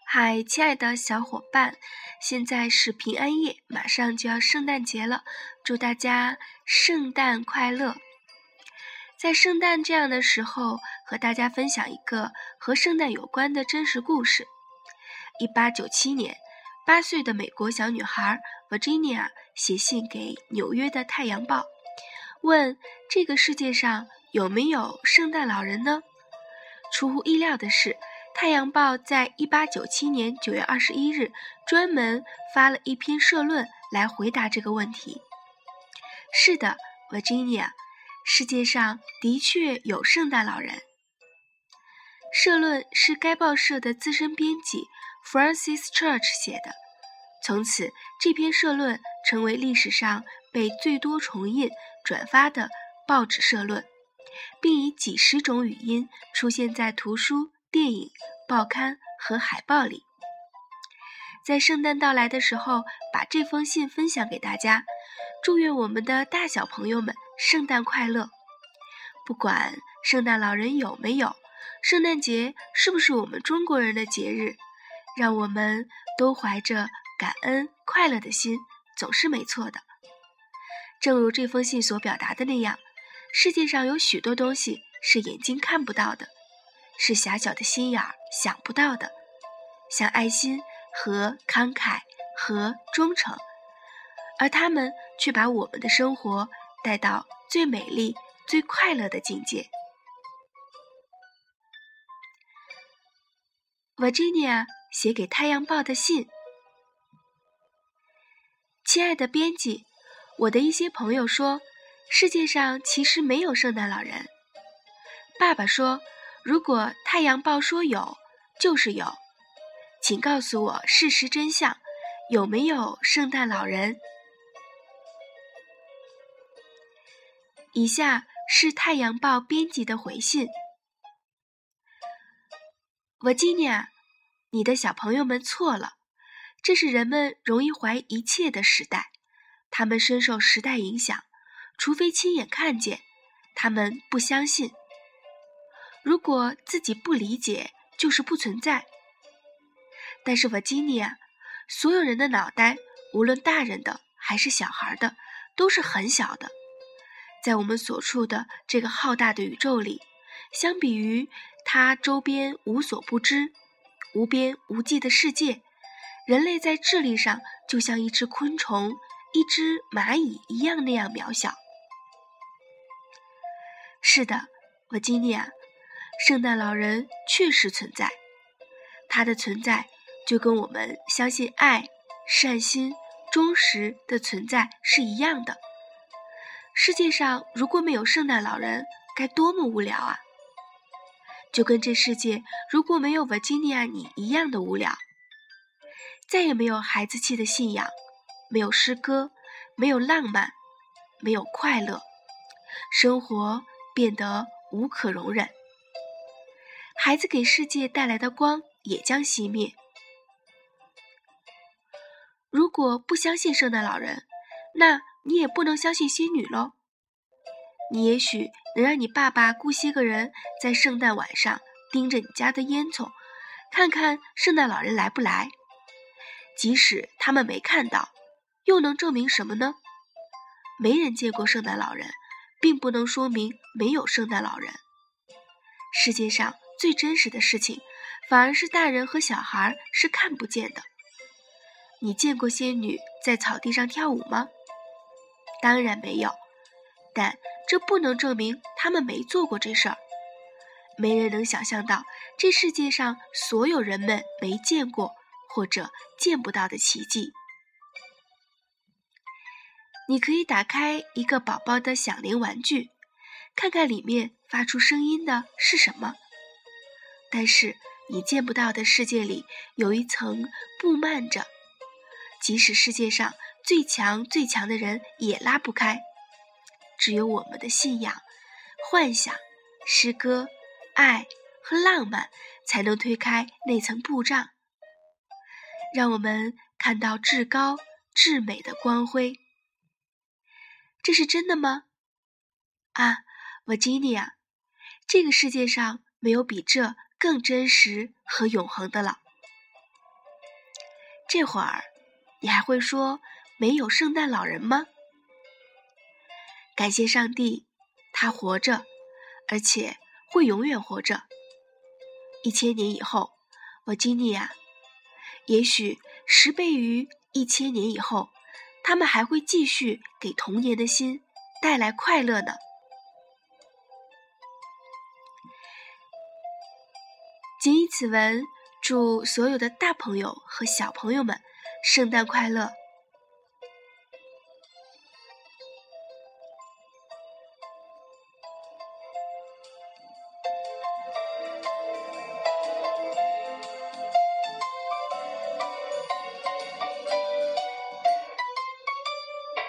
嗨，亲爱的小伙伴，现在是平安夜，马上就要圣诞节了，祝大家圣诞快乐。在圣诞这样的时候，和大家分享一个和圣诞有关的真实故事。1897年，8岁的美国小女孩 Virginia 写信给纽约的《太阳报》，问这个世界上有没有圣诞老人呢？出乎意料的是，《太阳报》在1897年9月21日专门发了一篇社论来回答这个问题。是的 ，Virginia， 世界上的确有圣诞老人。社论是该报社的资深编辑 Francis Church 写的，从此这篇社论成为历史上被最多重印、转发的报纸社论，并以几十种语音出现在图书、电影、报刊和海报里。在圣诞到来的时候，把这封信分享给大家，祝愿我们的大小朋友们圣诞快乐。不管圣诞老人有没有，圣诞节是不是我们中国人的节日，让我们都怀着感恩快乐的心，总是没错的。正如这封信所表达的那样，世界上有许多东西是眼睛看不到的，是狭小的心眼想不到的，像爱心和慷慨和忠诚，而他们却把我们的生活带到最美丽、最快乐的境界。Virginia 写给《太阳报》的信：亲爱的编辑，我的一些朋友说，世界上其实没有圣诞老人。爸爸说，如果《太阳报》说有，就是有。请告诉我事实真相，有没有圣诞老人？以下是《太阳报》编辑的回信。Virginia， 你的小朋友们错了，这是人们容易怀疑一切的时代，他们深受时代影响，除非亲眼看见，他们不相信。如果自己不理解，就是不存在。但是 Virginia， 所有人的脑袋，无论大人的还是小孩的，都是很小的。在我们所处的这个浩大的宇宙里，相比于它周边无所不知、无边无际的世界，人类在智力上就像一只昆虫、一只蚂蚁一样那样渺小。是的 ，Virginia， 圣诞老人确实存在，他的存在就跟我们相信爱、善心、忠实的存在是一样的。世界上如果没有圣诞老人，该多么无聊啊！就跟这世界如果没有 Virginia 你一样的无聊。再也没有孩子气的信仰，没有诗歌，没有浪漫，没有快乐，生活变得无可容忍。孩子给世界带来的光也将熄灭。如果不相信圣诞老人，那你也不能相信仙女咯。你也许能让你爸爸雇些个人在圣诞晚上盯着你家的烟囱，看看圣诞老人来不来。即使他们没看到，又能证明什么呢？没人见过圣诞老人，并不能说明没有圣诞老人。世界上最真实的事情，反而是大人和小孩是看不见的。你见过仙女在草地上跳舞吗？当然没有，但这不能证明他们没做过这事儿。没人能想象到这世界上所有人们没见过或者见不到的奇迹。你可以打开一个宝宝的响铃玩具，看看里面发出声音的是什么。但是你见不到的世界里有一层布幔着，即使世界上最强最强的人也拉不开。只有我们的信仰、幻想、诗歌、爱和浪漫才能推开那层布障，让我们看到至高至美的光辉。这是真的吗？啊 ，Virginia， 这个世界上没有比这更真实和永恒的了。 这会儿你还会说没有圣诞老人吗？感谢上帝，他活着，而且会永远活着。1000年以后，维吉尼亚，也许10倍于1000年以后，他们还会继续给童年的心带来快乐呢。谨以此文，祝所有的大朋友和小朋友们圣诞快乐。